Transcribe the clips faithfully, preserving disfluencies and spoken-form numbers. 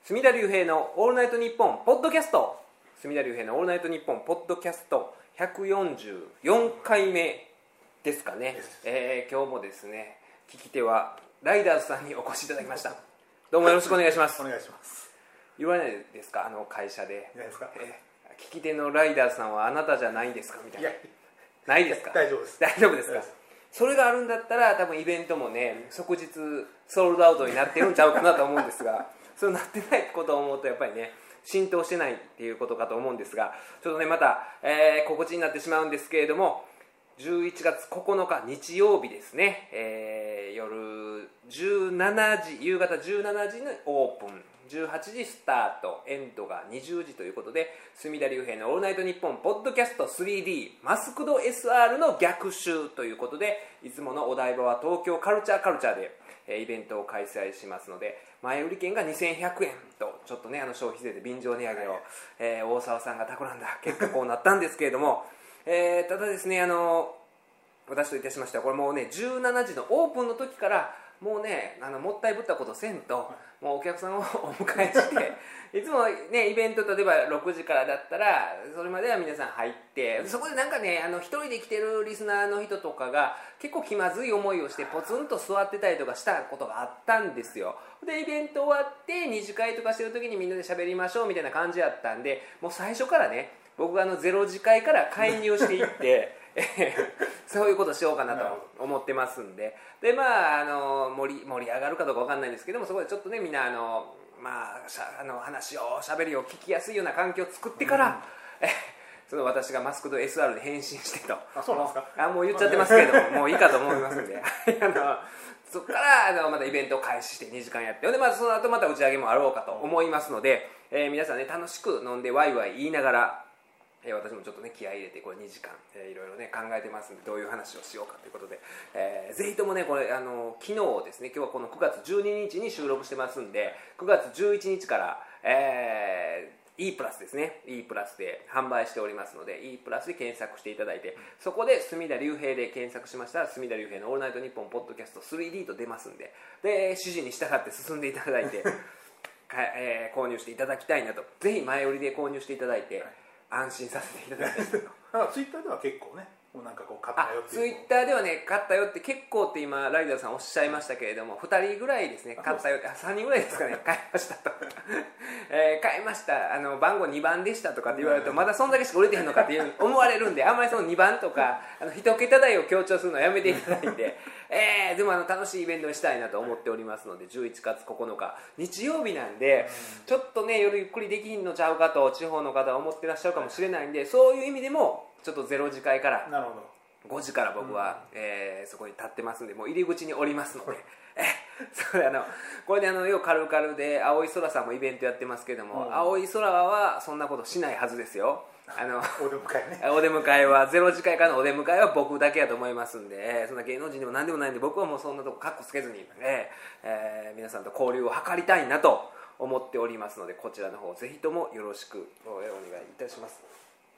隅田隆平のオールナイトニッポンポッドキャスト、隅田隆平のオールナイトニッポンポッドキャストひゃくよんじゅうよんかいめですかね。えー、今日もですね、聞き手はライダーズさんにお越しいただきました。どうもよろしくお願いします。 お願いします。 言わないですか、あの会社で。 ないですか、 えー、聞き手のライダーズさんはあなたじゃないんですかみたいな。 いやないですか。 大丈夫です。 大丈夫ですか。それがあるんだったら多分イベントもね、即日ソールドアウトになってるんちゃうかなと思うんですがそうなってないことを思うとやっぱりね、浸透してないっていうことかと思うんですが、ちょっとねまた、えー、告知になってしまうんですけれども、じゅういちがつここのか日曜日ですね、えー、夜じゅうしちじ、夕方じゅうしちじのオープン、じゅうはちじスタート、エンドがにじゅうじということで、隅田隆平のオールナイトニッポンポッドキャスト スリーディー マスクド エスアール の逆襲ということで、いつものお台場は東京カルチャーカルチャーでイベントを開催しますので、前売り券がにせんひゃくえんとちょっとね、あの消費税で便乗値上げを、えー、大沢さんが企んだ結果こうなったんですけれどもえー、ただですね、あの私といたしましては、これもうねじゅうしちじのオープンの時からもうね、あのもったいぶったことせんと、もうお客さんをお迎えしていつもねイベント例えばろくじからだったら、それまでは皆さん入って、そこでなんかね、あの一人で来てるリスナーの人とかが結構気まずい思いをしてポツンと座ってたりとかしたことがあったんですよ。でイベント終わって二次会とかしてる時にみんなで喋りましょうみたいな感じやったんで、もう最初からね、僕があのゼロ次会から介入していってそういうことしようかなと思ってますんで、でまああの盛り盛り上がるかどうかわかんないんですけども、そこでちょっとねみんなあのまあしゃあの話をしゃべりを聞きやすいような環境を作ってから、うん、えその私がマスクド エスアール で変身してと。 あ、そうなんですか。 あ、もう言っちゃってますけれどももういいかと思いますんであのそこからあのまたイベントを開始してにじかんやって、で、まあ、その後また打ち上げもあろうかと思いますので、えー、皆さんね楽しく飲んでワイワイ言いながら、えー、私もちょっとね気合い入れてこれにじかん、えー、いろいろね考えてますんで、どういう話をしようかということで、えー、ぜひともねこれあの昨日ですね、今日はこのくがつじゅうににちに収録してますんで、くがつじゅういちにちから、えーE プラスですね、 E プラスで販売しておりますので、 E プラスで検索していただいて、そこで隅田隆平で検索しましたら、隅田隆平のオールナイトニッポンポッドキャスト スリーディー と出ますんで、で指示に従って進んでいただいてえー、購入していただきたいなと。ぜひ前売りで購入していただいて、はい、安心させていただきたいとツイッターでは結構ね、もうなんかこう買ったよっていう、 ツイッターではね、買ったよって結構って今ライダーさんおっしゃいましたけれども、ふたりぐらいですね、買ったよって、さんにんぐらいですかね、買いましたと、えー、買いました、あの番号にばんでしたとかって言われると、まだそんだけしか売れてへんのかっていう思われるんで、あんまりそのにばんとかあの一桁台を強調するのはやめていただいてえー、でもあの楽しいイベントにしたいなと思っておりますので、じゅういちがつここのか日曜日なんで、ちょっとね夜ゆっくりできんのちゃうかと地方の方は思ってらっしゃるかもしれないんで、そういう意味でもちょっとゼロ次会から、 なるほど、 ごじから僕は、うん、えー、そこに立ってますんで、もう入り口におりますのでえそれあのこれであのようカルカルで青い空さんもイベントやってますけども、うん、青い空はそんなことしないはずですよ。あのお出迎えねお出迎えはゼロ次会からのお出迎えは僕だけやと思いますんで、えー、そんな芸能人でも何でもないんで、僕はもうそんなとこカッコつけずに、えーえー、皆さんと交流を図りたいなと思っておりますので、こちらの方ぜひともよろしくお願いいたします。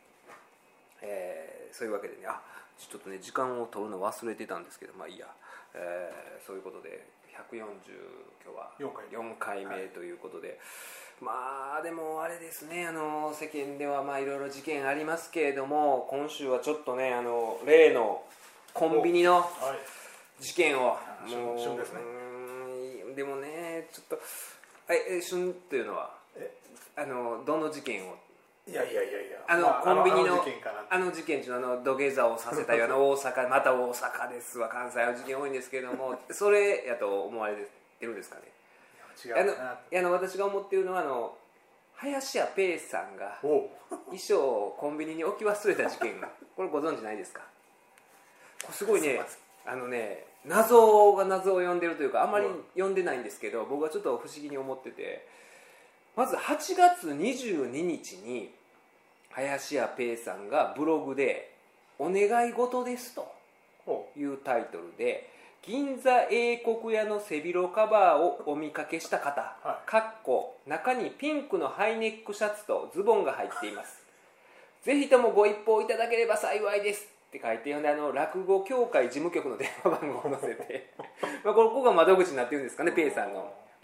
えー、そういうわけでね、あちょっとね時間を取るの忘れてたんですけど、まあいいや、えー、そういうことでひゃくよんじゅう今日はよんかいめということで、はい、まあでもあれですね、あの世間ではまあいろいろ事件ありますけれども、今週はちょっとねあの例のコンビニの事件を、 はい、もう旬ですね。 うんでもねちょっとえ旬というのはえあのどの事件を、 いやいやいやいや、 あの、まあ、コンビニのあの事件というのはあの土下座をさせたような大阪また大阪ですわ、関西の事件多いんですけれどもそれやと思われてるんですかね。 違うな。 あのあの私が思っているのはあの林家ペーさんが衣装をコンビニに置き忘れた事件これご存知ないですか。これすごいね、あのね謎が謎を呼んでるというか、あんまり呼んでないんですけど、僕はちょっと不思議に思ってて、まずはちがつにじゅうににちに林家ペーさんがブログでお願い事ですというタイトルで、銀座英国屋の背広カバーをお見かけした方、 はい、 かっこ中にピンクのハイネックシャツとズボンが入っています、ぜひともご一報いただければ幸いですって書いて、あの落語協会事務局の電話番号を載せてまあここが窓口になってるんですかね、ペイさんのお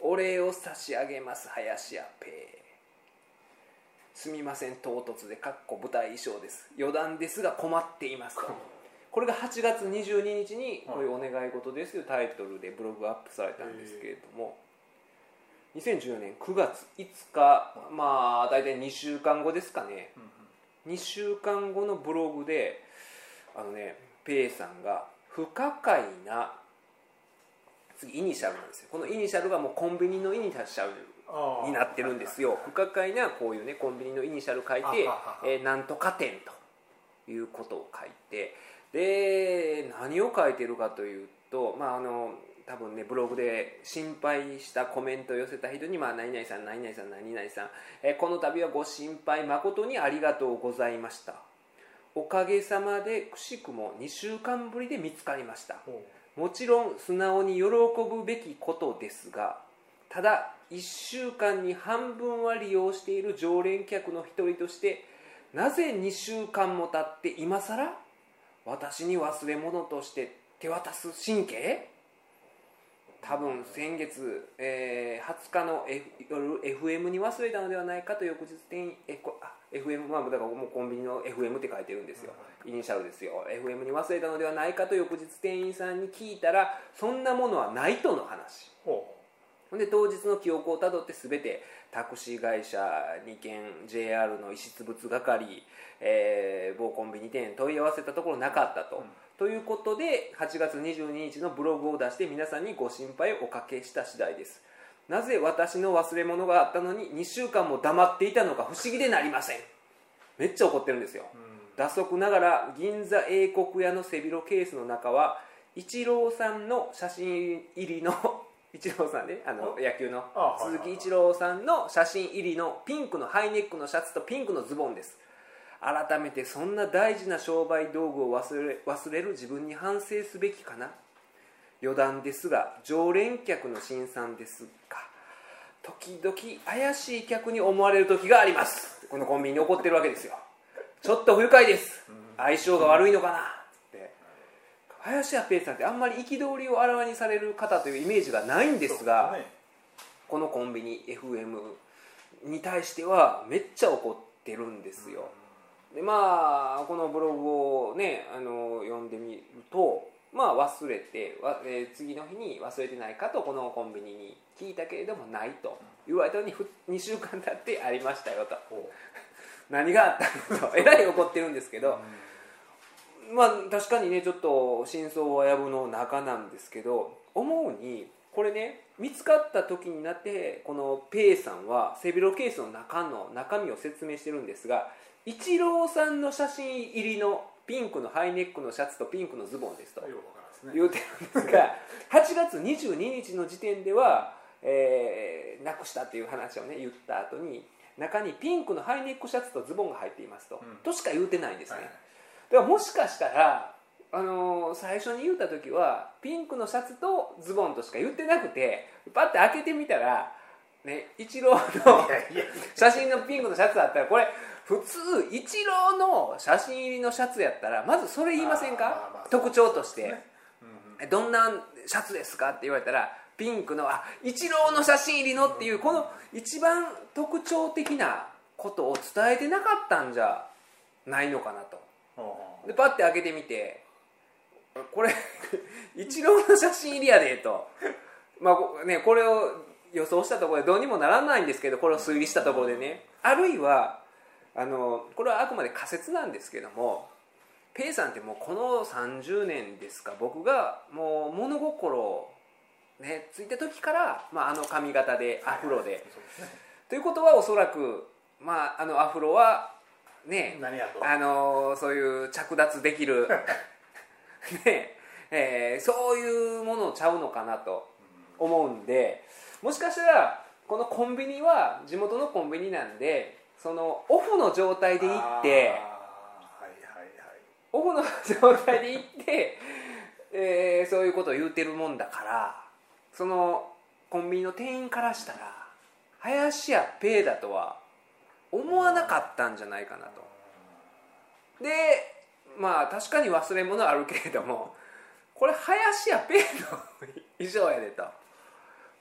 お礼を差し上げます林家ペイ。すみません唐突でかっこ舞台衣装です、余談ですが困っていますと。これがはちがつにじゅうににちにこういうお願い事ですというタイトルでブログがアップされたんですけれども、にせんじゅうよねんくがついつか、まあ大体にしゅうかんごですかね、にしゅうかんごのブログであのねペイさんが不可解な、次イニシャルなんですよ。このイニシャルがもうコンビニのイニシャルになってるんですよ。不可解なこういうねコンビニのイニシャル書いて、えー、なんとか店ということを書いて、で何を書いてるかというと、まああの多分ねブログで心配したコメントを寄せた人に、まあ、何々さん何々さん何々さん、えー、この度はご心配誠にありがとうございました。おかげさまでくしくもにしゅうかんぶりで見つかりました。もちろん素直に喜ぶべきことですが、ただいっしゅうかんに半分は利用している常連客の一人として、なぜにしゅうかんも経って今さら私に忘れ物として手渡す神経。多分先月、えー、はつかの、F、夜 エフエム に忘れたのではないかと翌日店員えこあ エフエム、まあ、だからもうコンビニの エフエム って書いてるんですよ、イニシャルですよ。 エフエム に忘れたのではないかと翌日店員さんに聞いたら、そんなものはないとの話。で当日の記憶をたどって全てタクシー会社にけん ジェイアール の遺失物係、えー、某コンビニ店に問い合わせたところなかったと、うん、ということではちがつにじゅうににちのブログを出して皆さんにご心配をおかけした次第です。なぜ私の忘れ物があったのににしゅうかんも黙っていたのか不思議でなりません。めっちゃ怒ってるんですよ、うん、打足ながら銀座英国屋の背広ケースの中はイチローさんの写真入りのイチローさんね、あの野球の鈴木一郎さんの写真入りのピンクのハイネックのシャツとピンクのズボンです。改めてそんな大事な商売道具を忘れ、忘れる自分に反省すべきかな。余談ですが常連客の辛酸ですが、時々怪しい客に思われる時があります。このコンビニに怒ってるわけですよ。ちょっと不愉快です、相性が悪いのかなって。林家ペイさんってあんまり憤りをあらわにされる方というイメージがないんですが、ね、このコンビニ エフエム に対してはめっちゃ怒ってるんですよ。でまあこのブログをねあの読んでみると、まあ忘れて、えー、次の日に忘れてないかとこのコンビニに聞いたけれどもないと言われたのににしゅうかん経ってありましたよと何があったのとえらい怒ってるんですけど、まあ確かにねちょっと真相はやぶの中なんですけど、思うにこれね見つかった時になってこのペイさんは背広ケースの中の中身を説明してるんですが、イチローさんの写真入りのピンクのハイネックのシャツとピンクのズボンですと言うてるんですが、はちがつにじゅうににちの時点では、えー、なくしたっていう話をね言った後に中にピンクのハイネックシャツとズボンが入っていますと、うん、としか言うてないんですね、はい、だからもしかしたら、あのー、最初に言った時はピンクのシャツとズボンとしか言ってなくて、パッて開けてみたらね、イチローの写真のピンクのシャツだったら、これ普通イチローの写真入りのシャツやったらまずそれ言いませんか、まあまあ特徴として、ねうんうん、どんなシャツですかって言われたらピンクのあイチローの写真入りのっていうこの一番特徴的なことを伝えてなかったんじゃないのかなと。でパッて開けてみてこれイチローの写真入りやでと、まあね、これを予想したところでどうにもならないんですけど、これを推理したところでね、あるいはあのこれはあくまで仮説なんですけども、ペイさんってもうこのさんじゅうねんですか、僕がもう物心ねついた時から、まあ、あの髪型でアフロで、はいはいそうですね、ということはおそらく、まあ、あのアフロはねあのそういう着脱できるね、えー、そういうものちゃうのかなと思うんで、もしかしたらこのコンビニは地元のコンビニなんで、そのオフの状態で行って、はいはいはい、オフの状態で行って、えー、そういうことを言うてるもんだから、そのコンビニの店員からしたら林家ペイだとは思わなかったんじゃないかなと。でまあ確かに忘れ物あるけれども、これ林家ペイの衣装やでと。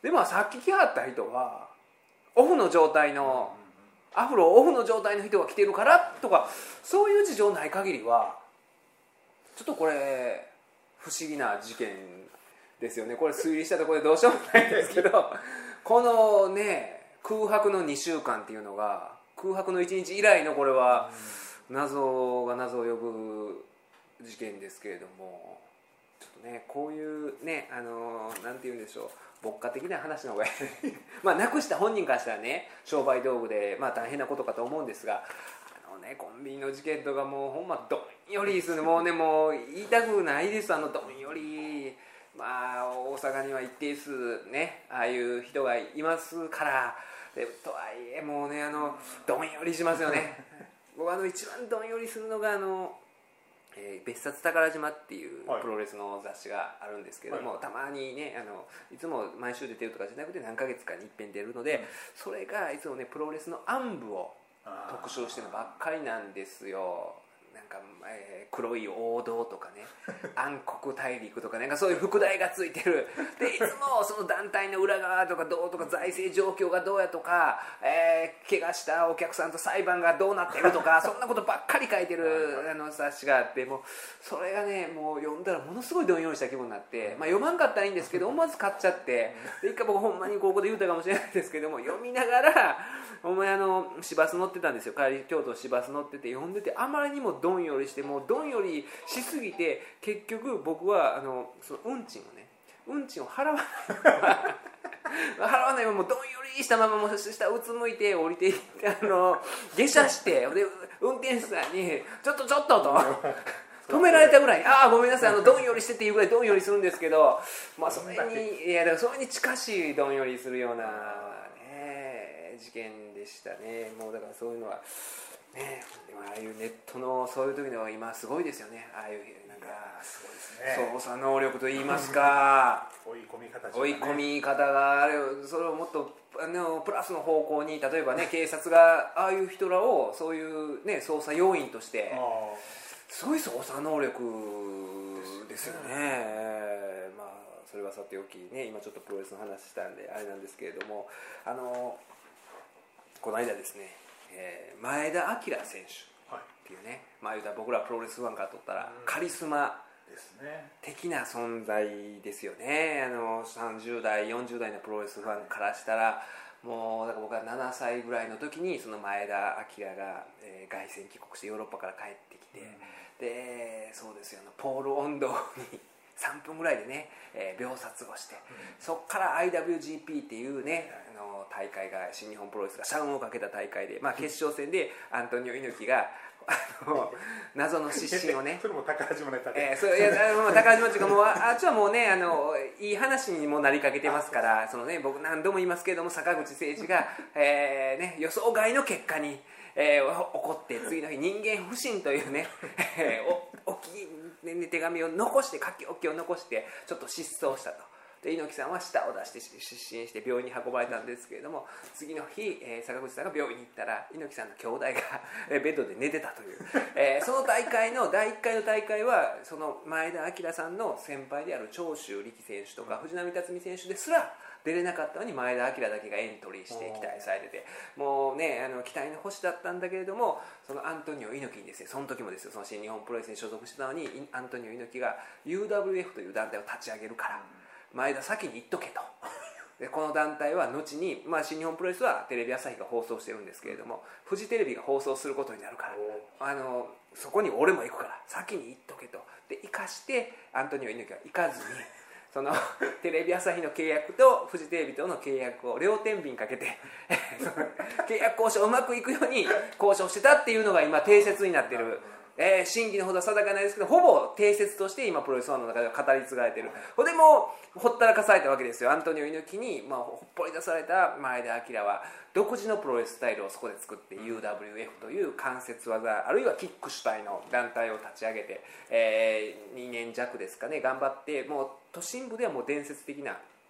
でまあさっき来はった人はオフの状態の、アフロオフの状態の人が来てるからとかそういう事情ない限りはちょっとこれ不思議な事件ですよね。これ推理したところでどうしようもないんですけどこのね空白のにしゅうかんっていうのが空白のいちにち以来のこれは謎が謎を呼ぶ事件ですけれども、ちょっとねこういうねあのなんて言うんでしょう、牧歌的な話の方がまあなくした本人からしたらね商売道具でまあ大変なことかと思うんですが、あのねコンビニの事件とかもうほんまどんよりする、もうねもう言いたくないです、あのどんより。まあ大阪には一定数ねああいう人がいますからで、とはいえもうねあのどんよりしますよね僕あの一番どんよりするのがあの、えー、別冊宝島っていうプロレスの雑誌があるんですけども、はい、たまにねあのいつも毎週出てるとかじゃなくて何ヶ月かに一遍出るので、それがいつもねプロレスの暗部を特集してるのばっかりなんですよ。なんか、えー、黒い王道とかね暗黒大陸とかなんかそういう副題がついてるで、いつもその団体の裏側とかどうとか財政状況がどうやとか、えー、怪我したお客さんと裁判がどうなってるとかそんなことばっかり書いてるあの雑誌があって、もうそれがねもう読んだらものすごいどんよりした気分になって、まあ、読まんかったらいいんですけど思わず買っちゃって、で一回僕ほんまにここで言うたかもしれないですけども、読みながらお前あの市バス乗ってたんですよ、帰り京都市バス乗ってて読んでて、あまりにもどんよりしてもうどんよりしすぎて結局僕はあのその運賃をね運賃を払わない払わないままもうどんよりしたままもう下うつむいて降りていってあの下車してで運転手さんにちょっとちょっとと止められたぐらい、ああごめんなさいあのどんよりしてっていうぐらいどんよりするんですけど、まあそれにいやだからそれに近しいどんよりするようなね事件でしたね。もうだからそういうのはね、ああいうネットのそういう時の今すごいですよね。ああいうなんかすごいですね、 操作能力といいますか追い込み方、ね、 追い込み方があれそれをもっとあのプラスの方向に、例えばね警察がああいう人らをそういうね捜査要員としてすごい操作能力ですよね。まあそれはさておきね、今ちょっとプロレスの話したんであれなんですけれども、あのこの間ですね、えー、前田明選手っていうね、まあ言うたら僕らプロレスファンからとったらカリスマ的な存在ですよね。あのさんじゅう代よんじゅう代のプロレスファンからしたらもうだから僕はななさいぐらいの時にその前田明が、えー、凱旋帰国してヨーロッパから帰ってきて、うん、でそうですよ、ポール・オンドにさんぷんぐらいでね、えー、秒殺をして、うん、そこから アイダブリュージーピー っていうねあの大会が新日本プロレスが社運をかけた大会で、まあ、決勝戦でアントニオ猪木があの謎の失神をねそれも宝島ネタで、 えー、それいや宝島っていうかもうあっちはもうねあのいい話にもなりかけてますから、そのね僕何度も言いますけれども坂口誠二が、えーね、予想外の結果に、えー、起こって次の日人間不信というねお大きい、ね、手紙を残して書き置きを残してちょっと失踪したと。で猪木さんは舌を出して失神して病院に運ばれたんですけれども、次の日、えー、坂口さんが病院に行ったら猪木さんの兄弟がベッドで寝てたという、えー、その大会のだいいっかいの大会はその前田明さんの先輩である長州力選手とか藤波辰巳選手ですら出れなかったのに前田明だけがエントリーして期待されてて、もうねあの期待の星だったんだけれども、そのアントニオ猪木にですね、その時もですよ、その新日本プロレスに所属してたのにアントニオ猪木が ユーダブリューエフ という団体を立ち上げるから前田先に言っとけと。でこの団体は後に、まあ、新日本プロレスはテレビ朝日が放送してるんですけれども、フジテレビが放送することになるからあのそこに俺も行くから先に言っとけと。で生かしてアントニオ猪木は行かずにそのテレビ朝日の契約とフジテレビとの契約を両天秤かけて契約交渉うまくいくように交渉してたっていうのが今定説になってる。えー、真偽のほどは定かないですけど、ほぼ定説として今プロレスファンの中では語り継がれている。ほでもほったらかされたわけですよ。アントニオ猪木に、まあ、ほっぽり出された前田明は独自のプロレススタイルをそこで作って ユーダブリューエフ という関節技あるいはキック主体の団体を立ち上げて、えー、にねん弱ですかね頑張って、もう都心部ではもう伝説的な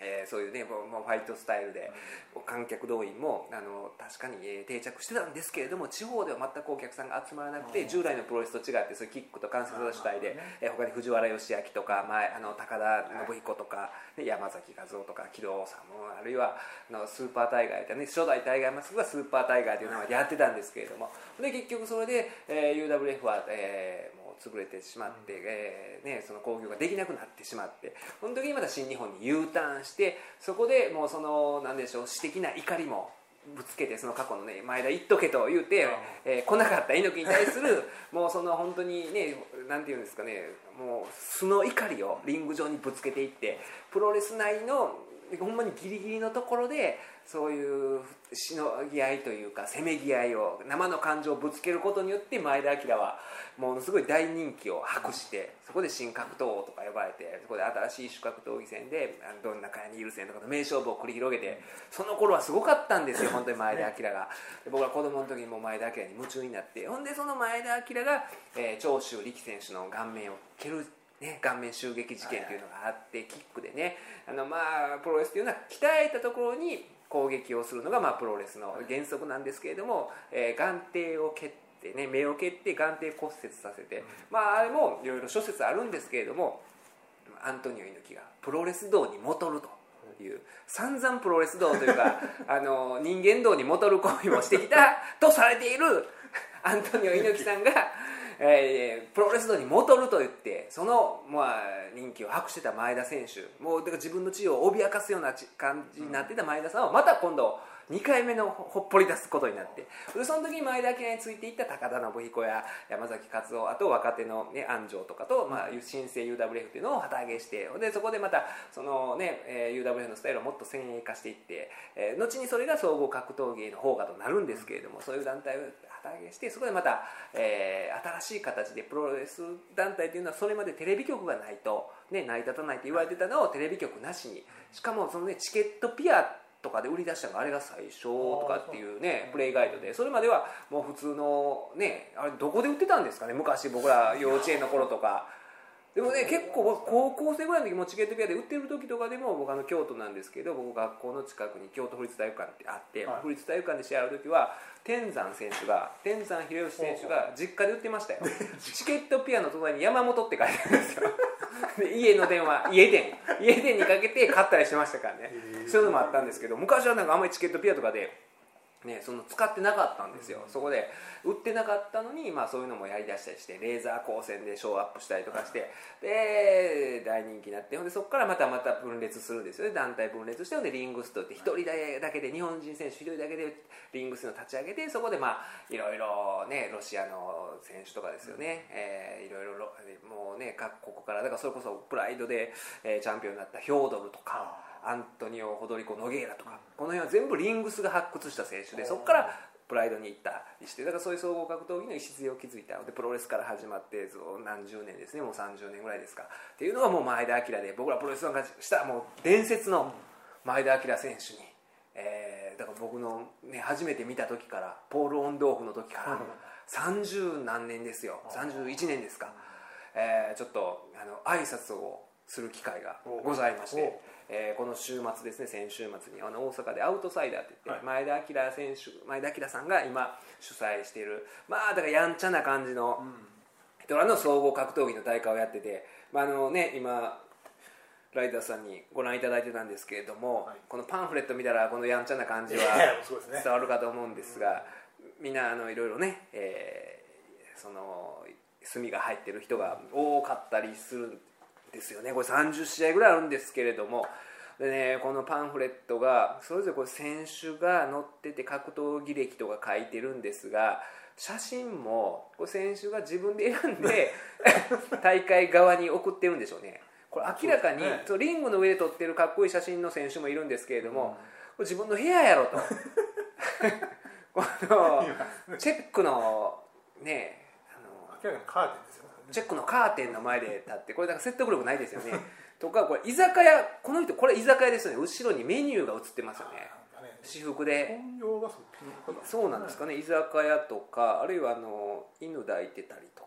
えー、そういうねもうファイトスタイルで観客動員もあの確かに、えー、定着してたんですけれども、地方では全くお客さんが集まらなくて、従来のプロレスと違ってそういうキックと関節技主体で、えー、他に藤原義明とか前あの高田信彦とか、ね、山崎和夫とか木戸さんも、あるいはあのスーパータイガーやったね、初代タイガーマスクがスーパータイガーという名前でやってたんですけれども、で結局それで、えー、ユーダブリューエフ は、えー、もう潰れてしまって、えーね、その興行ができなくなってしまって、その時にまた新日本に U ターンして、そこでもうその何でしょう、私的な怒りもぶつけて、その過去のね前田言っとけと言うて、えー、来なかった猪木に対するもうその本当にね、なんていうんですかね、もう素の怒りをリング上にぶつけていって、プロレス内のほんまにギリギリのところでそういうしのぎ合いというか、せめぎ合いを、生の感情をぶつけることによって前田明はものすごい大人気を博して、そこで新格闘王とか呼ばれて、そこで新しい主格闘技戦でどんなかやに許せんとかの名勝負を繰り広げて、その頃はすごかったんですよ本当に前田明が。で僕は子供の時にも前田明に夢中になって、ほんでその前田明が、えー、長州力選手の顔面を蹴るね、顔面襲撃事件というのがあって、キックでね、あのまあプロレスというのは鍛えたところに攻撃をするのがまあプロレスの原則なんですけれども、えー、眼底を蹴ってね、目を蹴って眼底骨折させて、まああれもいろいろ諸説あるんですけれども、アントニオ猪木がプロレス道に戻るという、散々プロレス道というかあの人間道に戻る行為をしてきたとされているアントニオ猪木さんがえー、プロレス道に戻ると言って、その、まあ、人気を博してた前田選手、もうだから自分の地位を脅かすような感じになってた前田さんをまた今度にかいめのほっぽり出すことになって、でその時に前田明についていった高田信彦や山崎勝夫、あと若手の、ね、安城とかと、まあ、新生 ユーダブリューエフ というのを旗揚げして、でそこでまたその、ねえー、ユーダブリューエフ のスタイルをもっと先鋭化していって、えー、後にそれが総合格闘技の方がとなるんですけれども、そういう団体を旗揚げして、そこでまた、えー、新しい形でプロレス団体というのはそれまでテレビ局がないと、ね、成り立たないと言われてたのをテレビ局なしに、しかもその、ね、チケットピアとかで売り出したのがあれが最初とかっていうねプレイガイドで、それまではもう普通のね、あれどこで売ってたんですかね、昔僕ら幼稚園の頃とか。でもね、結構高校生ぐらいの時もチケットピアで売ってる時とかでも、僕あの京都なんですけど、僕学校の近くに京都府立体育館ってあって、はい、府立体育館で試合ある時は天山選手が天山秀吉選手が実家で売ってましたよチケットピアの隣に山本って書いてあるんですよで家の電話、家電家電にかけて買ったりしてましたからね、そういうのもあったんですけど、昔はなんかあんまりチケットピアとかでね、その使ってなかったんですよ、うん、そこで売ってなかったのに、まあ、そういうのもやりだしたりして、レーザー光線でショーアップしたりとかして、で大人気になって、ほんでそこからまたまた分裂するんですよね、団体分裂して、ほんでリングストってひとりだけで、日本人選手ひとりだけでリングスの立ち上げて、そこでまあいろいろね、ロシアの選手とかですよね、うん、えー、いろいろもうね、各国から、だからそれこそプライドで、えー、チャンピオンになったヒョードルとか、アントニオ・ホドリコ・ノゲーラとか、この辺は全部リングスが発掘した選手で、そこからプライドに行ったりして、だからそういう総合格闘技の礎を築いたで、プロレスから始まって何十年ですね、もうさんじゅうねんぐらいですかっていうのがもう前田明で、僕らプロレスなんかしたもう伝説の前田明選手に、えー、だから僕の、ね、初めて見た時から、ポール・オンドーフの時からさんじゅう何年ですよ、さんじゅういちねんですか、えー、ちょっとあの挨拶をする機会がございまして、えー、この週末ですね、先週末にあの大阪でアウトサイダーって言って、はい、前田明選手、前田明さんが今主催している、まあだからやんちゃな感じの人らの総合格闘技の大会をやってて、まああのね、今ライダーさんにご覧いただいてたんですけれども、はい、このパンフレット見たらこのやんちゃな感じは伝わるかと思うんですが、みんなあのいろいろね、えー、その墨が入ってる人が多かったりするですよね。これさんじゅう試合ぐらいあるんですけれども、でね、このパンフレットがそれぞれこれ選手が載ってて格闘技歴とか書いてるんですが、写真もこれ選手が自分で選んで大会側に送ってるんでしょうね。これ明らかに、ね、リングの上で撮ってるかっこいい写真の選手もいるんですけれども、うん、これ自分の部屋やろとこのチェックのね、あの明らかにカーテンですよね。 チェックのカーテンの前で立って、これだから説得力ないですよねとか、これ居酒屋、この人これ居酒屋ですよね、後ろにメニューが映ってますよね、私服で。 本業がそっちの方そうなんですかね、居酒屋とか、あるいはあの犬抱いてたりとか、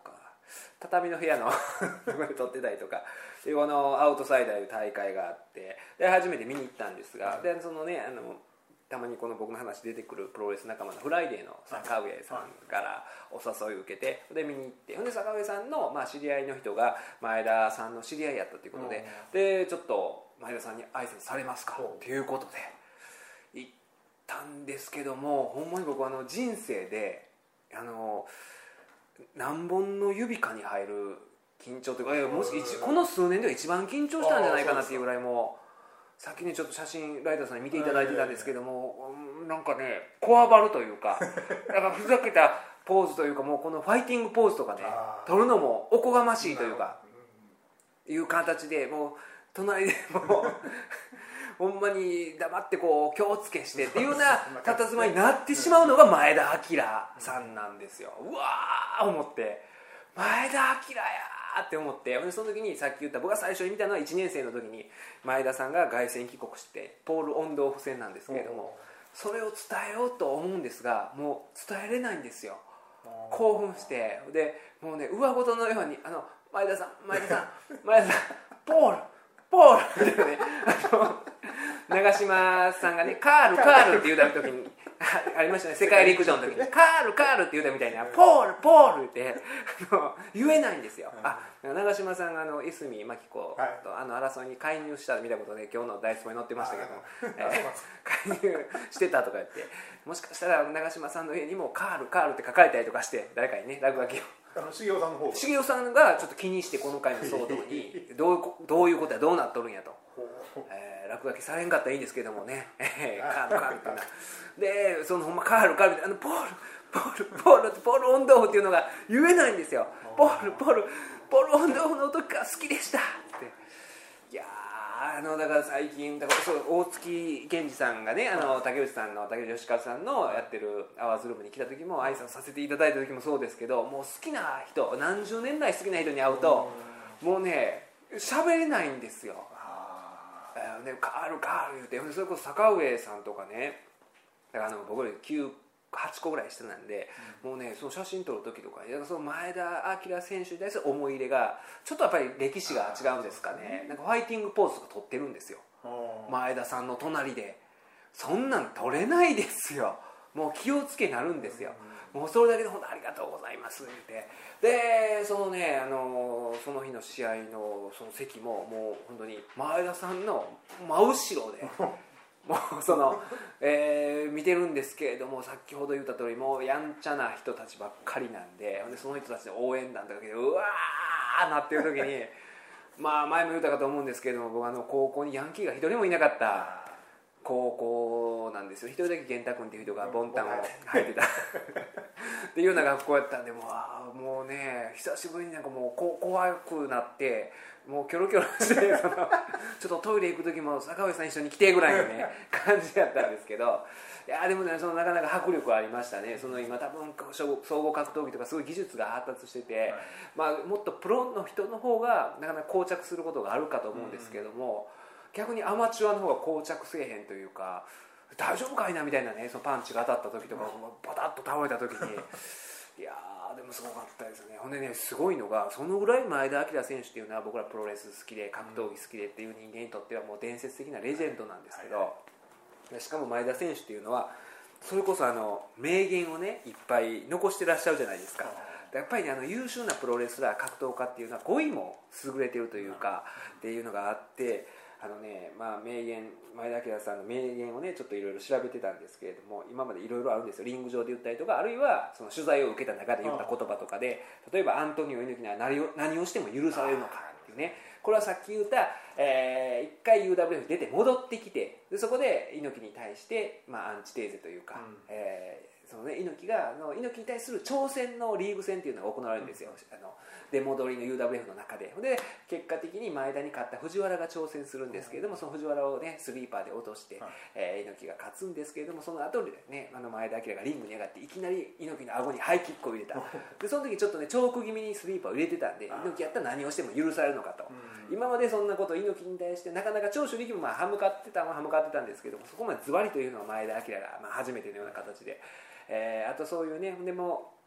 畳の部屋のところで撮ってたりとかでこのアウトサイダーいう大会があってで初めて見に行ったんですが、でそのねあのたまにこの僕の話出てくるプロレス仲間のフライデーの坂上さんからお誘いを受けてで見に行ってで坂上さんの、まあ、知り合いの人が前田さんの知り合いやったということで、でちょっと前田さんに挨拶されますかということで行ったんですけども、ほんまに僕はあの人生であの何本の指かに入る緊張というかもしこの数年では一番緊張したんじゃないかなっていうぐらいもうさっきねちょっと写真ライターさんに見ていただいてたんですけども、なんかねこわばるというかなんかふざけたポーズというかもうこのファイティングポーズとかね撮るのもおこがましいというかいう形でもう隣でもうほんまに黙ってこう気をつけしてっていうような佇まいになってしまうのが前田明さんなんですよ。うわー思って前田明やって思って、その時にさっき言った僕が最初に見たのはいちねん生の時に前田さんが凱旋帰国してポール・オンドーフ戦なんですけれども、それを伝えようと思うんですがもう伝えれないんですよ。興奮してでもうね上事のようにあの前田さん前田さん前田さんポールポールってねあの長嶋さんがねカールカールって言うた時にありましたね、世界陸上の時にカールカールって言うたみたいなポールポールってあの言えないんですよ。あ長嶋さんがあのいすみまき子とあの争いに介入したみたいなことで今日のダイスポに載ってましたけども、えー、介入してたとか言ってもしかしたら長嶋さんの家にもカールカールって書かれたりとかして誰かにね落書きをあの茂雄さんの方茂雄さんがちょっと気にしてこの回の騒動にどういうどういうことやどうなっとるんやと、えー、落書きされんかったらいいんですけどもねカールカールってなでそのほんまカールカールってあのポールポールポールポールオンドーフっていうのが言えないんですよ。ポールポールポールオンドーフの時から好きでしたっていやあのだから最近だからそう大月健二さんがねあの竹内さんの竹内義和さんのやってるアワーズルームに来た時も挨拶させていただいた時もそうですけどもう好きな人何十年来好きな人に会うともうね喋れないんですよ。えーね、カールカール言うてそれこそ坂上さんとかねだからあの僕よりきゅう、はちこぐらいしてたんで、うん、もうねその写真撮る時とかその前田明選手に対する思い入れがちょっとやっぱり歴史が違うんですかね。なんかファイティングポーズとか撮ってるんですよ前田さんの隣で。そんなん撮れないですよ。もう気をつけなるんですよ。もうそれだけで本当ありがとうございますってでそのねあのその日の試合のその席ももう本当に前田さんの真後ろでもうその、えー、見てるんですけれども先ほど言った通りもうやんちゃな人たちばっかりなんでその人たちの応援団だけでうわーなってる時にまあ前も言ったかと思うんですけれども僕あの高校にヤンキーが一人もいなかった高校なんですよ。一人だけ玄太君っていう人がボンタンを履いてたっていうような学校やったんでもうあもうね久しぶりになんかもうこ怖くなってもうキョロキョロしてそのちょっとトイレ行く時も坂上さん一緒に来てぐらいのね感じやったんですけどいやでもねそのなかなか迫力ありましたね。その今多分総合格闘技とかすごい技術が発達してて、はいまあ、もっとプロの人の方がなかなか膠着することがあるかと思うんですけども、うん、逆にアマチュアの方が膠着せえへんというか大丈夫かいなみたいなねそのパンチが当たった時とかバタッと倒れた時にいやーでもすごかったですね。ほんでねすごいのがそのぐらい前田明選手っていうのは僕らプロレス好きで格闘技好きでっていう人間にとってはもう伝説的なレジェンドなんですけど、しかも前田選手っていうのはそれこそあの名言をねいっぱい残してらっしゃるじゃないですか。やっぱりねあの優秀なプロレスラー格闘家っていうのは語彙も優れてるというかっていうのがあってあのねまあ名言前田明さんの名言をねちょっといろいろ調べてたんですけれども今までいろいろあるんですよ。リング上で言ったりとかあるいはその取材を受けた中で言った言葉とかで例えばアントニオ猪木には何を何をしても許されるのかっていうねこれはさっき言った、えー、いっかい ユーダブリューエフ 出て戻ってきてでそこで猪木に対して、まあ、アンチテーゼというか、うんえーそのね、猪木があの猪木に対する挑戦のリーグ戦っていうのが行われるんですよ、うん、あの出戻りの ユーダブリューエフ の中でで結果的に前田に勝った藤原が挑戦するんですけれどもその藤原をねスリーパーで落として、うんえー、猪木が勝つんですけれどもその後でねあの前田明がリングに上がっていきなり猪木の顎にハイキックを入れたでその時ちょっとねチョーク気味にスリーパーを入れてたんで猪木やったら何をしても許されるのかと、うん、今までそんなことを猪木に対してなかなか長州力もまあ歯向かってたのは歯向かってたんですけどもそこまでズバリというのは前田明がまあ初めてのような形でえー、あとそういうねでも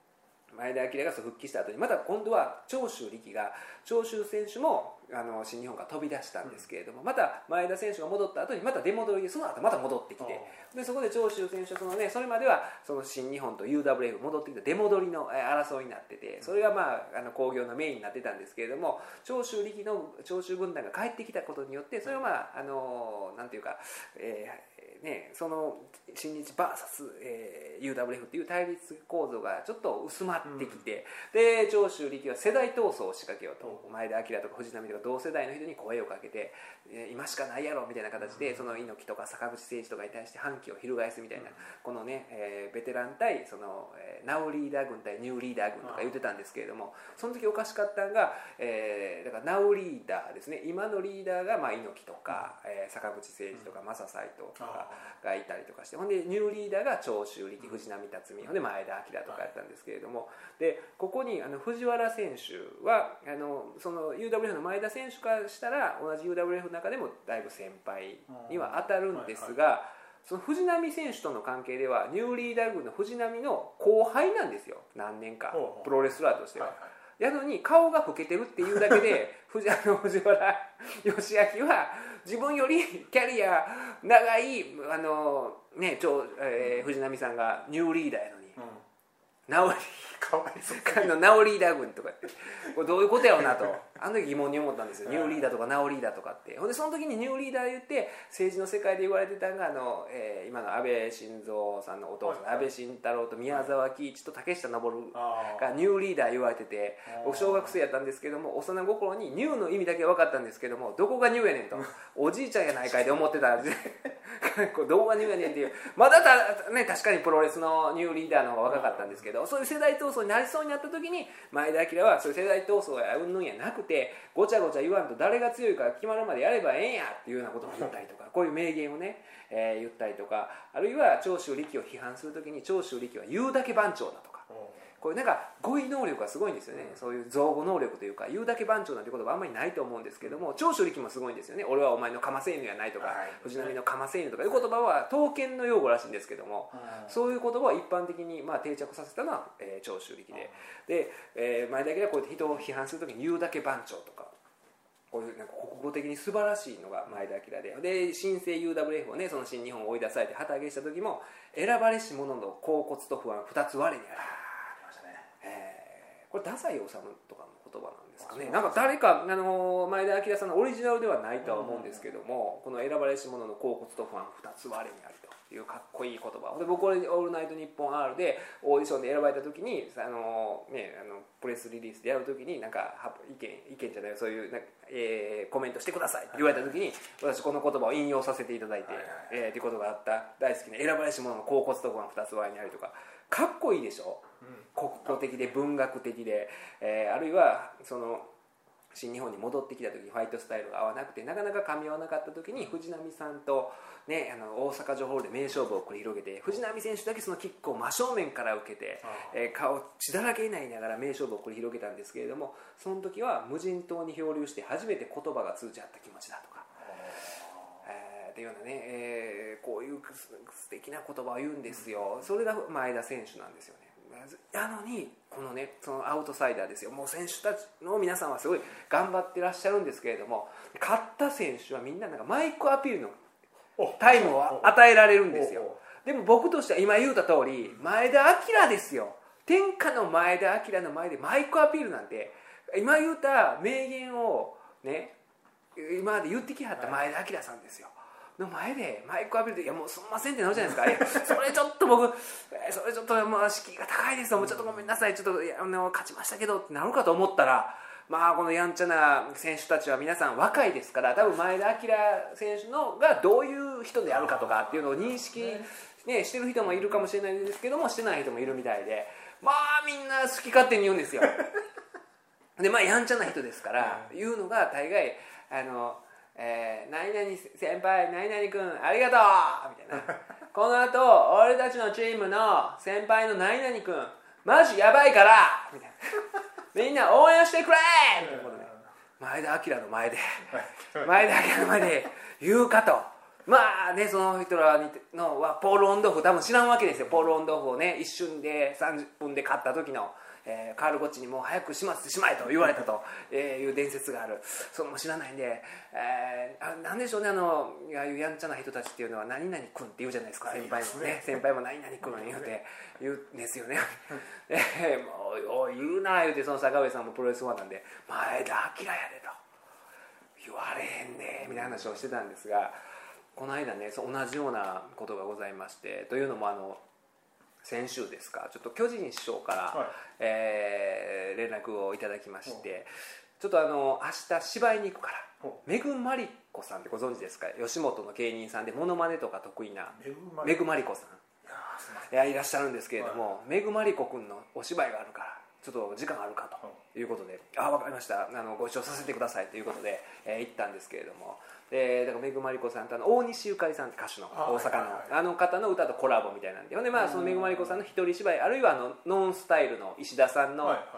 前田明がそう復帰した後にまた今度は長州力が長州選手もあの新日本から飛び出したんですけれども、うん、また前田選手が戻った後にまた出戻りでその後また戻ってきて、でそこで長州選手はその、ね、それまではその新日本と ユーダブリューエフ 戻ってきた出戻りの争いになってて、それが、まあ、あの興行のメインになってたんですけれども、長州力の長州軍団が帰ってきたことによってそれをまああのなんていうか、えーね、その新日 ブイエス、えー、ユーダブリューエフ っていう対立構造がちょっと薄まってきて、うん、で長州力は世代闘争を仕掛けようと、うん、前田明とか藤波とか同世代の人に声をかけて、えー、今しかないやろみたいな形で、うん、その猪木とか坂口誠二とかに対して反旗を翻すみたいな、うん、このね、えー、ベテラン対その、えー、ナウリーダー軍対ニューリーダー軍とか言ってたんですけれども、その時おかしかったのが、えー、だからナウリーダーですね、今のリーダーがまあ猪木とか、うんえー、坂口誠二とか正斎藤とかがいたりとかして、ほんでニューリーダーが長州力、藤波辰巳、ほんで前田明とかやったんですけれども、でここにあの藤原選手はあのその ユーダブリューエフ の前田選手からしたら同じ ユーダブリューエフ の中でもだいぶ先輩には当たるんですが、その藤波選手との関係ではニューリーダー軍の藤波の後輩なんですよ、何年かプロレスラーとしては。やのに顔が老けてるっていうだけで藤, あの藤原義明は自分よりキャリア長いあの、ねちょえー、藤波さんがニューリーダーやのに、うん、ナオリかわいそうのナオリーダー軍とかってこれどういうことやろうなとあの時疑問に思ったんですよ。ニューリーダーとかナオリーダーとかって。ほんでその時にニューリーダー言って政治の世界で言われてたのがあの、えー、今の安倍晋三さんのお父さん、はい、安倍晋太郎と宮沢喜一と竹下登がニューリーダー言われてて、僕小学生やったんですけども、幼心にニューの意味だけ分かったんですけども、どこがニューやねんとおじいちゃんやないかいで思ってたんでどこがニューやねんっていう、まだた、ね、確かにプロレスのニューリーダーの方が若かったんですけど、そういう世代闘争になりそうになった時に前田明はそういう世代闘争やうんぬんやなくて、ごちゃごちゃ言わんと誰が強いか決まるまでやればええんやっていうようなことを言ったりとか、こういう名言をね、えー、言ったりとか、あるいは長州力を批判する時に長州力は言うだけ番長だとか、こういうなんか語彙能力がすごいんですよね。そういう造語能力というか、言うだけ番長なんて言葉あんまりないと思うんですけども、長州力もすごいんですよね。俺はお前のかませ犬やないとか、はい、藤波のかませ犬とかいう言葉は刀剣の用語らしいんですけども、そういう言葉を一般的にまあ定着させたのは、えー、長州力で、で、えー、前だけはこうやって人を批判するときに言うだけ番長とか、こういうなんか国語的に素晴らしいのが前田明で、で新生 ユーダブリューエフ をね、その新日本を追い出されて旗揚げした時も、選ばれし者の恍惚と不安二つ我にある、これ太宰治とかの言葉なんですかね。なんか誰かあの前田明さんのオリジナルではないとは思うんですけども、この選ばれし者の恍惚と不安二つ我にあるというかっこいい言葉で、僕これオールナイトニッポン R でオーディションで選ばれた時にあの、ね、あのプレスリリースでやる時になんか意見意見じゃないそういうなんか、えー、コメントしてくださいって言われた時に、私この言葉を引用させていただいて、はいはいはい、えー、っていうことがあった。大好きな選ばれし者の恍惚と不安二つ我にあるとか、かっこいいでしょ、うん、国語的で文学的で、えー、あるいはその新日本に戻ってきた時にファイトスタイルが合わなくてなかなか噛み合わなかった時に藤波さんと、ね、あの大阪城ホールで名勝負を繰り広げて、藤波選手だけそのキックを真正面から受けて、えー、顔血だらけになりながら名勝負を繰り広げたんですけれども、その時は無人島に漂流して初めて言葉が通じ合った気持ちだとか、えー、っていうようなね、えー、こういう素敵な言葉を言うんですよ。それが前田選手なんですよね。なのにこのね、そのアウトサイダーですよ。もう選手たちの皆さんはすごい頑張ってらっしゃるんですけれども、勝った選手はみんななんかマイクアピールのタイムを与えられるんですよ。でも僕としては今言うた通り、前田明ですよ。天下の前田明の前でマイクアピールなんて、今言うた名言をね、今まで言ってきはった前田明さんですよの前でマイクアピールで、いやもうすんませんってなるじゃないですか。それちょっと僕それちょっとまあ敷居が高いですよ、もうちょっとごめんなさい、ちょっとあの勝ちましたけどってなるかと思ったら、まあこのやんちゃな選手たちは皆さん若いですから、多分前田明選手のがどういう人であるかとかっていうのを認識、ね、してる人もいるかもしれないですけども、してない人もいるみたいで、まあみんな好き勝手に言うんですよ。でまあやんちゃな人ですから言うのが大概あのえー、何々先輩何々君ありがとうみたいなこの後俺たちのチームの先輩の何々君マジやばいからみたいなみんな応援してくれみたいなことで前田明の前で前田明の前で言うかと。まあね、その人らのはポール・オンドーフ多分知らんわけですよ。ポール・オンドーフをね一瞬でさんじゅっぷんで勝った時のえー、カール・ゴッチにもう早く始末してしまえと言われたという伝説がある。それも知らないんで、えー、あなんでしょうね、あのああいうやんちゃな人たちっていうのは何々君って言うじゃないですか。先輩もね、先輩も何々君言うて言うんですよね。でもうおい言うな言うて、その坂上さんもプロレスファンなんで前田明やでと言われへんねみたいな話をしてたんですが、この間ね同じようなことがございまして、というのもあの先週ですか、ちょっと巨人師匠から、はい、えー、連絡をいただきまして、ちょっとあの明日芝居に行くからめぐまりこさんってご存知ですか。吉本の芸人さんでモノマネとか得意なめぐまりこさん、いやいらっしゃるんですけれども、めぐまりこくんのお芝居があるからちょっと時間あるかということで、あ分かりました、あのご一緒させてくださいということで、えー、行ったんですけれども、でだからめぐまりこさんとあの大西ゆかりさんって歌手の大阪の あ, あの方の歌とコラボみたいなんで、ほんでまあそのめぐまりこさんの一人芝居、あるいはあのノンスタイルの石田さんの、はいはい、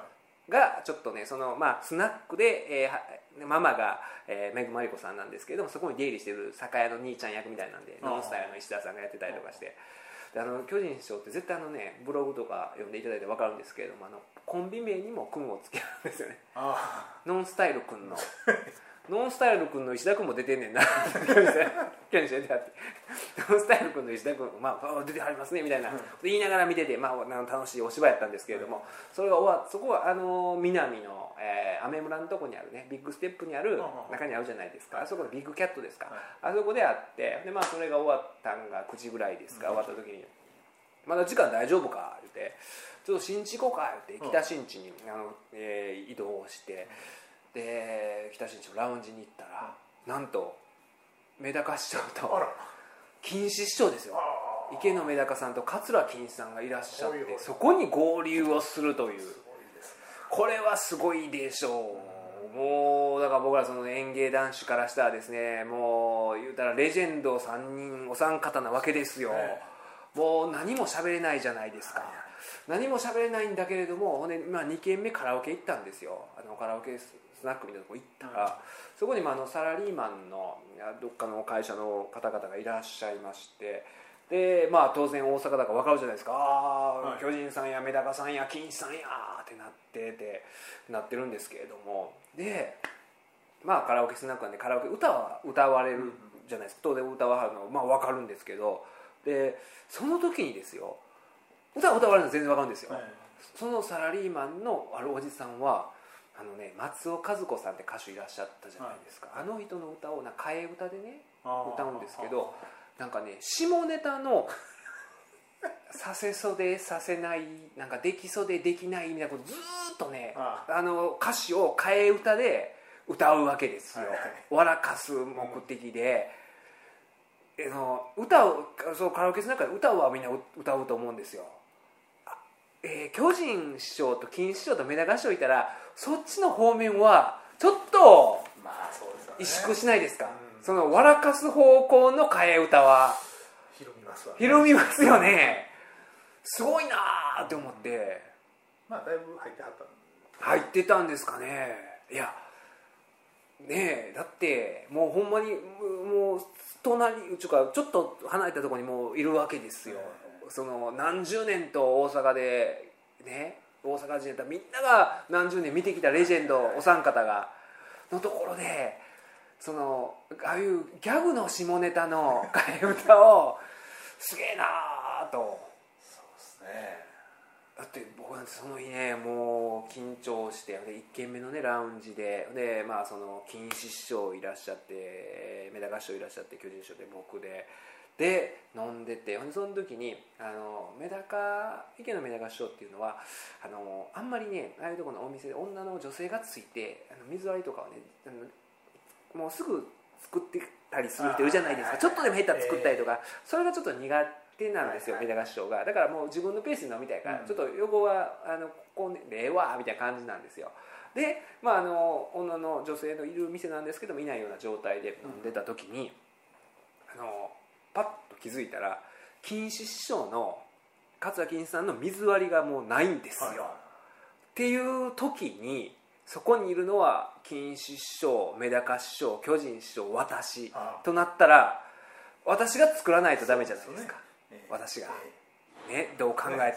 がちょっとねその、まあ、スナックで、えー、ママが、えー、めぐまりこさんなんですけれども、そこに出入りしてる酒屋の兄ちゃん役みたいなんで、ノンスタイルの石田さんがやってたりとかして、であの巨人師匠って絶対あのねブログとか読んでいただいて分かるんですけれども、あのコンビ名にも「くん」をつけるんですよね。ノンスタイルくんのノンスタイルくんの石田くんも出てんねんな巨人師匠であってノンスタイルくんの石田くん、まあ、出てはりますねみたいな言いながら見てて、まあ、楽しいお芝居やったんですけれども、それが終わそこはあの南の、えー、アメ村のとこにあるねビッグステップにある中にあるじゃないですか、あそこのビッグキャットですか、あそこであって、で、まあ、それが終わったんがくじぐらいですか、終わった時にまだ時間大丈夫か言って、ちょっと新地行こうか言って北新地にあの、えー、移動して、で北新地のラウンジに行ったら、なんとメダカ師匠と金師師匠ですよ、池野メダカさんと桂金さんがいらっしゃって、そこに合流をするという、これはすごいでしょう。もうだから僕らその演芸男子からしたらですね、もう言うたらレジェンドさんにんお三方なわけですよ。もう何も喋れないじゃないですか。何も喋れないんだけれども、ね、まあ、にけんめカラオケ行ったんですよ。あのカラオケスナックみたいなとこ行ったら、うん、そこにもあのサラリーマンのどっかの会社の方々がいらっしゃいまして、で、まあ、当然大阪だから分かるじゃないですか。あ、はい、巨人さんやメダカさんや金さんやってなっててなってるんですけれども、で、まあ、カラオケスナックなんでカラオケ歌は歌われるじゃないですか。当然歌わはるのは、まあ、分かるんですけど、でその時にですよ、歌を歌われるのは全然分かるんですよ、はい、そのサラリーマンのあるおじさんはあの、ね、松尾和子さんって歌手いらっしゃったじゃないですか、はい、あの人の歌をなんか替え歌でね歌うんですけど、なんかね下ネタのさせそでさせない、なんかできそでできないみたいなことずーっとね、ああの歌詞を替え歌で歌うわけですよ、はいはい、笑かす目的で、うん、の歌をそうカラオケの中で歌はみんな歌うと思うんですよ。えー、巨人師匠と金師匠とメダカ師匠いたらそっちの方面はちょっと萎縮しないですか、まあそうですよね、うん、その笑かす方向の替え歌はひるみますわね。 ひるみますよね。すごいなーって思って、 まあだいぶ入ってはった入ってたんですかね。いやねえ、だってもうほんまにもう隣ちょっと離れたところにもういるわけですよ、うん、その何十年と大阪でね、大阪人やったらみんなが何十年見てきたレジェンドお三方がのところで、そのああいうギャグの下ネタの替え歌をすげえなーと。 そうですね。 だって僕なんてその日ねもう緊張して、でいっけんめのねラウンジで、でまあその金師師匠いらっしゃってメダカ師匠いらっしゃって巨人師匠で僕でで飲んでて、その時にあのメダカ池のメダカ師匠っていうのはあのあんまりねああいうところのお店で女の女性がついてあの水割りとかをねあのもうすぐ作ってたりする人いるじゃないですか。ちょっとでも下手作ったりとか、それがちょっと苦手なんですよ、メダカ師匠が。だからもう自分のペースで飲みたいから、ちょっと横はあのここでええわみたいな感じなんですよ。で、まあ、あの女の女性のいる店なんですけどもいないような状態で飲んでた時に、あのパッと気づいたら金師師匠の桂金さんの水割りがもうないんですよ、はい、っていう時にそこにいるのは金師師匠、メダカ師匠、巨人師匠、私となったら私が作らないとダメじゃないですか。私がね、どう考えても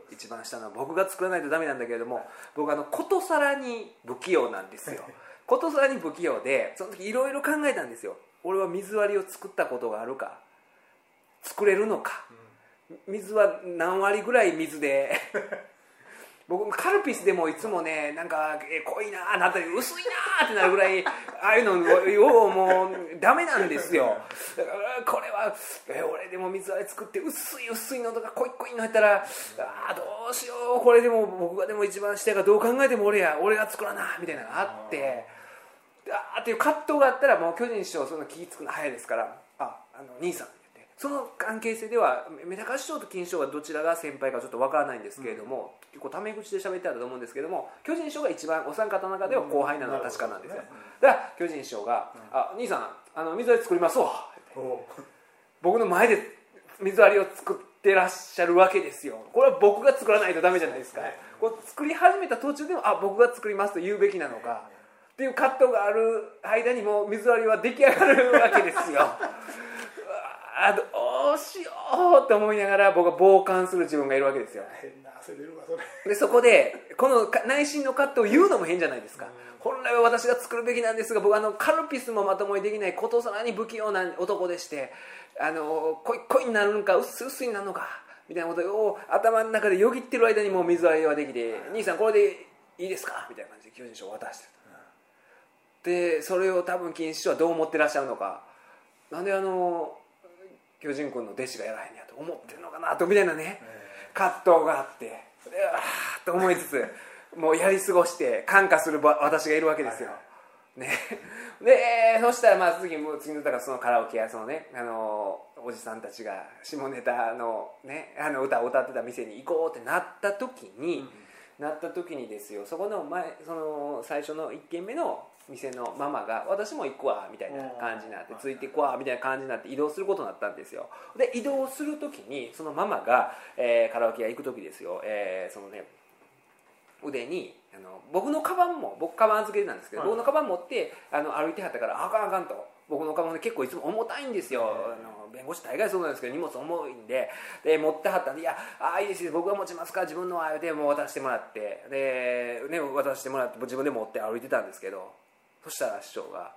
一番下の僕が作らないとダメなんだけれども、僕あのことさらに不器用なんですよ。ことさらに不器用で、その時いろいろ考えたんですよ。俺は水割りを作ったことがあるか、作れるのか、水は何割ぐらい水で僕カルピスでもいつもね、なんかえ濃いなーなったり薄いなーってなるぐらいああいうのをもうダメなんですよ。だからこれはえ俺でも水割り作って薄い薄いのとか濃い濃いの入ったら、あどうしよう、これでも僕がでも一番下がどう考えても俺や俺が作らなみたいなのがあって、あーっていう葛藤があったら、もう巨人師匠その気ぃつくの早いですから、ああの兄さん、その関係性ではメダカ師匠と金師匠がどちらが先輩かちょっとわからないんですけれども、うん、結構タメ口で喋ってたと思うんですけども、巨人師匠が一番お三方の中では後輩なのは確かなんですよ、うん、だから巨人師匠が「うん、あ兄さんあの水割り作りますわ」僕の前で水割りを作ってらっしゃるわけですよ。これは僕が作らないとダメじゃないですか。こう作り始めた途中でも「あ僕が作ります」と言うべきなのかっていう葛藤がある間にも水割りは出来上がるわけですよ。あどうしようって思いながら僕は傍観する自分がいるわけですよ。 変な汗出るわそれ。 でそこでこの内心の葛藤を言うのも変じゃないですか。本来は私が作るべきなんですが、僕はあのカルピスもまともにできないことさらに不器用な男でして、あの濃い濃いになるのか薄い薄いになるのかみたいなことを頭の中でよぎってる間にもう水割りはできて、兄さんこれでいいですかみたいな感じで巨人師匠を渡してる。でそれを多分金師匠はどう思ってらっしゃるのか、なんであの巨人君の弟子がやらへんやと思ってるのかなとみたいなね、葛藤があって、であーと思いつつもうやり過ごして感化する私がいるわけですよ、ね、でそしたらまあ次も次のだからそのカラオケやそのね、あのおじさんたちが下ネタのねあの歌を歌ってた店に行こうってなった時に、うん、なった時にですよ、そこの前その最初のいっ軒目の店のママが私も行くわみたいな感じになって、ついていくわみたいな感じになって移動することになったんですよ。で移動する時にそのママが、えー、カラオケ屋行く時ですよ、えー、そのね腕にあの僕のカバンも僕カバン預けてたんですけど、はい、僕のカバン持ってあの歩いてはったからあかんあかんと、僕のカバンで結構いつも重たいんですよ、あの弁護士大概そうなんですけど荷物重いんで、で持ってはったんで、いやあいいですよ僕が持ちますから自分のあれでもう渡してもらって、で、ね、渡してもらって自分で持って歩いてたんですけど、そしたら師匠が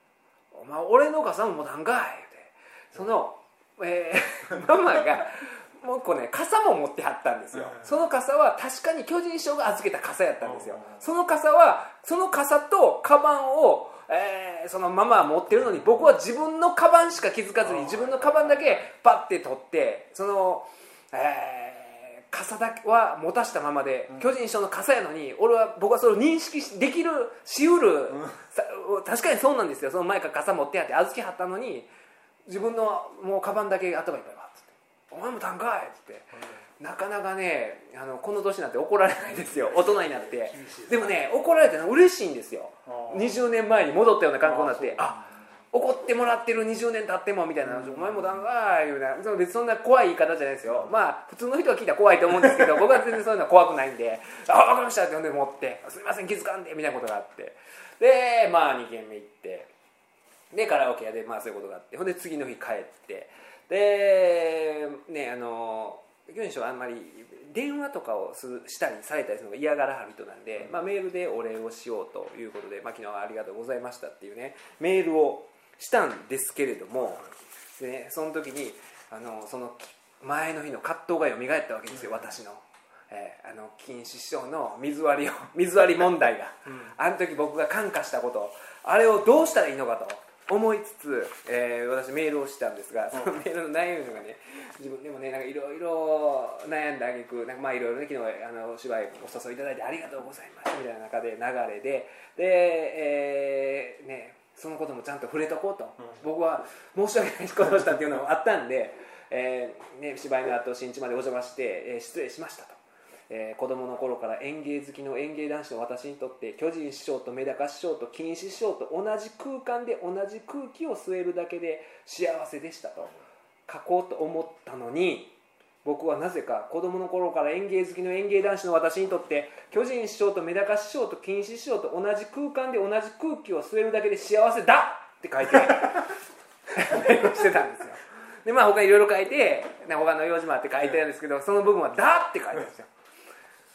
「お前俺の傘も持たんかい」ってその、えー、ママがもう一個ね傘も持ってはったんですよ。その傘は確かに巨人師匠が預けた傘やったんですよ。その傘はその傘とカバンを、えー、そのママは持ってるのに、僕は自分のカバンしか気づかずに自分のカバンだけパッて取って、その、えー、傘だけは持たしたままで、巨人師匠の傘やのに俺は僕はそれを認識できるしうる、うん、確かにそうなんですよ。その前から傘持ってやって預けはったのに、自分のもうカバンだけ頭いっぱいわっつって「お前もたんかい」っつって、うん、なかなかねあのこの年になって怒られないですよ、大人になって。でもね怒られての嬉しいんですよ。にじゅうねんまえに戻ったような感覚になって、あ怒ってもらってるにじゅうねん経ってもみたいな、お前もだんかいいうな、別にそんな怖い言い方じゃないですよ。まあ普通の人が聞いたら怖いと思うんですけど僕は全然そういうのは怖くないんで「あ分かりました」って呼んで持って「すみません気づかんで」みたいなことがあって、でまあに軒目行って、でカラオケ屋でまあそういうことがあって、ほんで次の日帰って、でねあの巨人師匠はあんまり電話とかをするしたりされたりするのが嫌がらはる人なんで、まあ、メールでお礼をしようということで、まあ、昨日はありがとうございましたっていうねメールをしたんですけれども、で、ね、その時にあのその前の日の葛藤がよみがえったわけですよ、私の。えー、あの金師匠の水割りを水割り問題が、うん、あの時僕が感化したこと、あれをどうしたらいいのかと思いつつ、えー、私メールをしたんですが、そのメールの内容がね、自分でもねなんかいろいろ悩んだ挙句、なんかまあいろいろね昨日あのお芝居お誘いいただいてありがとうございますみたいな中で流れで、で、えー、ねそのこともちゃんと触れとこうと、うん、僕は申し訳ないことをしたっていうのもあったんで、えーね、芝居の後新地までお邪魔して、えー、失礼しましたと。えー、子供の頃から演芸好きの演芸男子の私にとって巨人師匠とメダカ師匠と金師匠と同じ空間で同じ空気を吸えるだけで幸せでしたと書こうと思ったのに、僕はなぜか子供の頃から演芸好きの演芸男子の私にとって巨人師匠とメダカ師匠と金師匠と同じ空間で同じ空気を吸えるだけで幸せだって書いてメールしてたんですよ。でまあ他いろいろ書いて他の用事もあって書いてるんですけど、その部分はだって書いてるんですよ。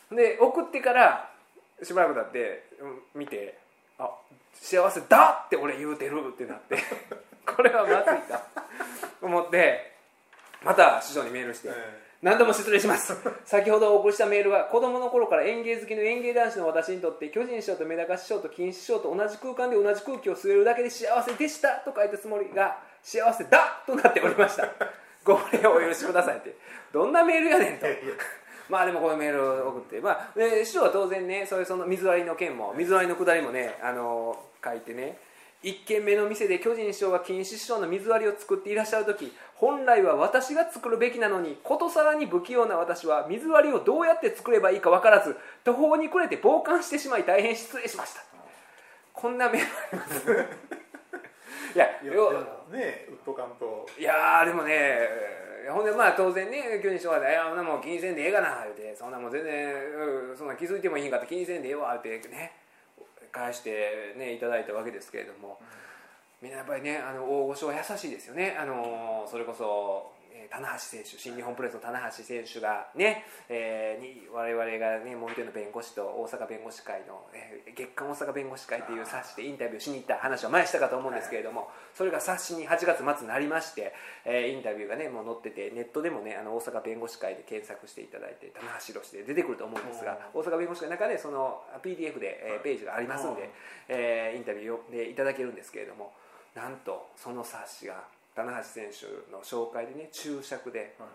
で送ってからしばらく経って見て、あ、幸せだって俺言うてるってなってこれはまずいと思ってまた師匠にメールして、何度も失礼します先ほどお送りしたメールは子供の頃から園芸好きの園芸男子の私にとって巨人師匠とメダカ師匠と金師匠と同じ空間で同じ空気を吸えるだけで幸せでしたと書いたつもりが幸せだとなっておりましたご無礼をお許しくださいって、どんなメールやねんとまあでもこのメールを送って、まあ、で師匠は当然ね、そういうその水割りの件も水割りのくだりもね、あの書いてね、一軒目の店で巨人師匠が金師匠の水割りを作っていらっしゃる時、本来は私が作るべきなのにことさらに不器用な私は水割りをどうやって作ればいいか分からず途方に暮れて傍観してしまい大変失礼しました。こんなメールありますいやいやでもねウッドカンといやでもね、ほんでまあ当然ね巨人師匠が「いやそんなもん気にせんでええがな」言うて、そんなもん全然、うん、そんな気づいてもいいんかって気にせんでええわってね返してねいただいたわけですけれども、みんなやっぱりね、あの大御所は優しいですよね。あのそれこそ、えー、棚橋選手、新日本プロレスの棚橋選手がね、えー、に我々がねもう一人の弁護士と大阪弁護士会の、えー、月刊大阪弁護士会っていう冊子でインタビューしに行った話を前にしたかと思うんですけれども、それが冊子にはちがつ末になりまして、えー、インタビューがねもう載ってて、ネットでもねあの大阪弁護士会で検索していただいて棚橋宏で出てくると思うんですが、大阪弁護士会の中でその ピーディーエフ で、えー、ページがありますので、えー、インタビューでいただけるんですけれども、なんとその冊子が棚橋選手の紹介でね注釈で、はい、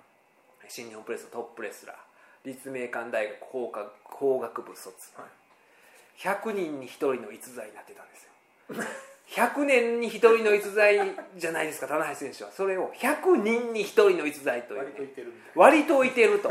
新日本プロレスのトップレスラー、立命館大学工学、工学部卒、はい、ひゃくにんにひとりの逸材になってたんですよひゃくねんにひとりの逸材じゃないですか棚橋選手は。それをひゃくにんにひとりの逸材という、ね、割といてると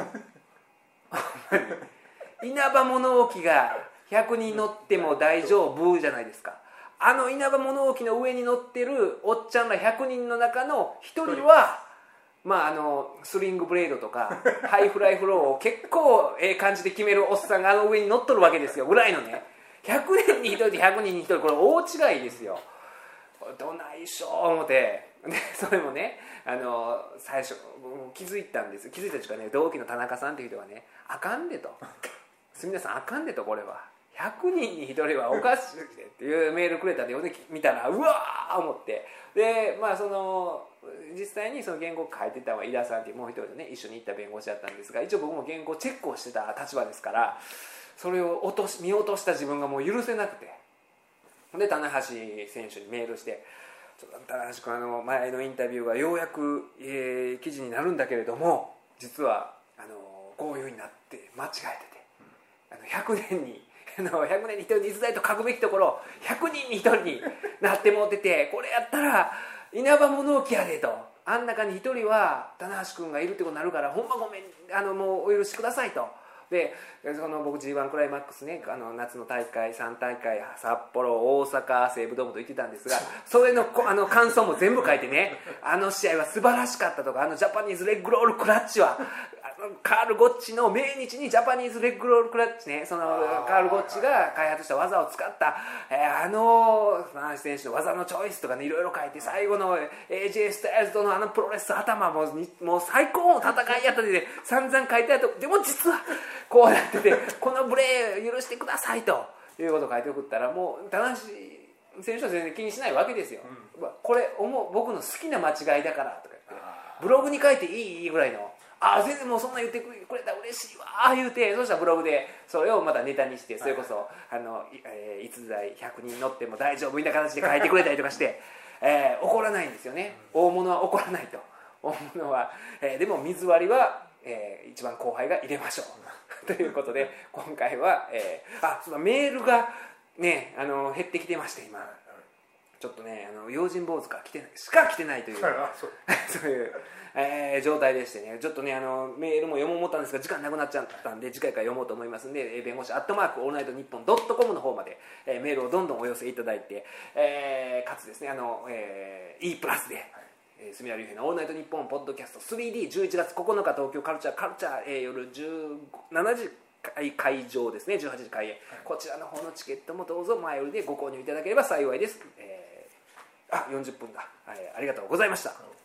稲葉物置がひゃくにん乗っても大丈夫じゃないですか。あの稲葉物置の上に乗ってるおっちゃんらひゃくにんの中のひとりはまああのスリングブレードとかハイフライフローを結構ええ感じで決めるおっさんがあの上に乗っとるわけですよぐらいのね、ひゃくねんにひとりとひゃくにんにひとり、これ大違いですよ。どないしょ思ってでそれもねあの最初気づいたんです。気づいたというかね、同期の田中さんっていう人がね、あかんでとすみませんあかんでと、これはひゃくにんにひとりはおかしくてっていうメールくれたんで見たらうわー思って、でまあその実際にその原稿を書いてたのは井田さんっていうもう一人でね一緒に行った弁護士だったんですが、一応僕も原稿チェックをしてた立場ですから、それを落とし見落とした自分がもう許せなくて、で棚橋選手にメールして「ちょっと棚橋君、あの前のインタビューがようやく、えー、記事になるんだけれども、実はあのこういう風になって間違えてて、あのひゃくねんにあのひゃくねんにひとりに逸材と書くべきところひゃくにんにひとりになってもうてて、これやったら稲葉物置やでと、あん中にひとりは棚橋君がいるってことになるから、ほんまごめん、あのもうお許しくださいと。でその僕 ジーワン クライマックスね、あの夏の大会さん大会札幌、大阪、西武ドームと言ってたんですが、それのあの感想も全部書いてね、あの試合は素晴らしかったとか、あのジャパニーズレッグロールクラッチはカール・ゴッチの命日にジャパニーズレッグロールクラッチね、そのカール・ゴッチが開発した技を使った、えー、あの棚橋選手の技のチョイスとかねいろいろ書いて、最後の エージェー スタイルズとのあのプロレス頭ももう最高の戦いやったで、ね、散々書いてあると、でも実はこうなっててこのブレー許してくださいということを書いて送ったら、もう棚橋選手は全然気にしないわけですよ、うん、これ思う僕の好きな間違いだからとか言ってブログに書いていいぐらいの、あ全然もうそんな言ってくれたら嬉しいわ言うて、そしたらブログでそれをまたネタにして、それこそあの、えー、逸材ひゃくにん乗っても大丈夫みたいな形で書いてくれたりとかして、えー、怒らないんですよね。大物は怒らないと。大物は、えー、でも水割りは、えー、一番後輩が入れましょうということで今回は、えー、あそのメールがねあの減ってきてまして、今ちょっとねあの用心坊主が来てないしか来てないというそういう、えー、状態でしてね、ちょっとねあのメールも読もう思ったんですが時間なくなっちゃったんで、次回から読もうと思いますんで、弁護士アットマークオールナイトニッポンドットコムの方まで、えー、メールをどんどんお寄せいただいて、えー、かつですねあの、えー、E プラスで住谷龍平のオールナイトニッポンポッドキャスト スリーディーじゅういちがつここのか東京カルチャーカルチャー、えー、夜じゅうしちじ会場ですね、じゅうはちじ開演、はい、こちらの方のチケットもどうぞ前売りでご購入いただければ幸いです、えー、あよんじゅっぷんだ、はい、ありがとうございました。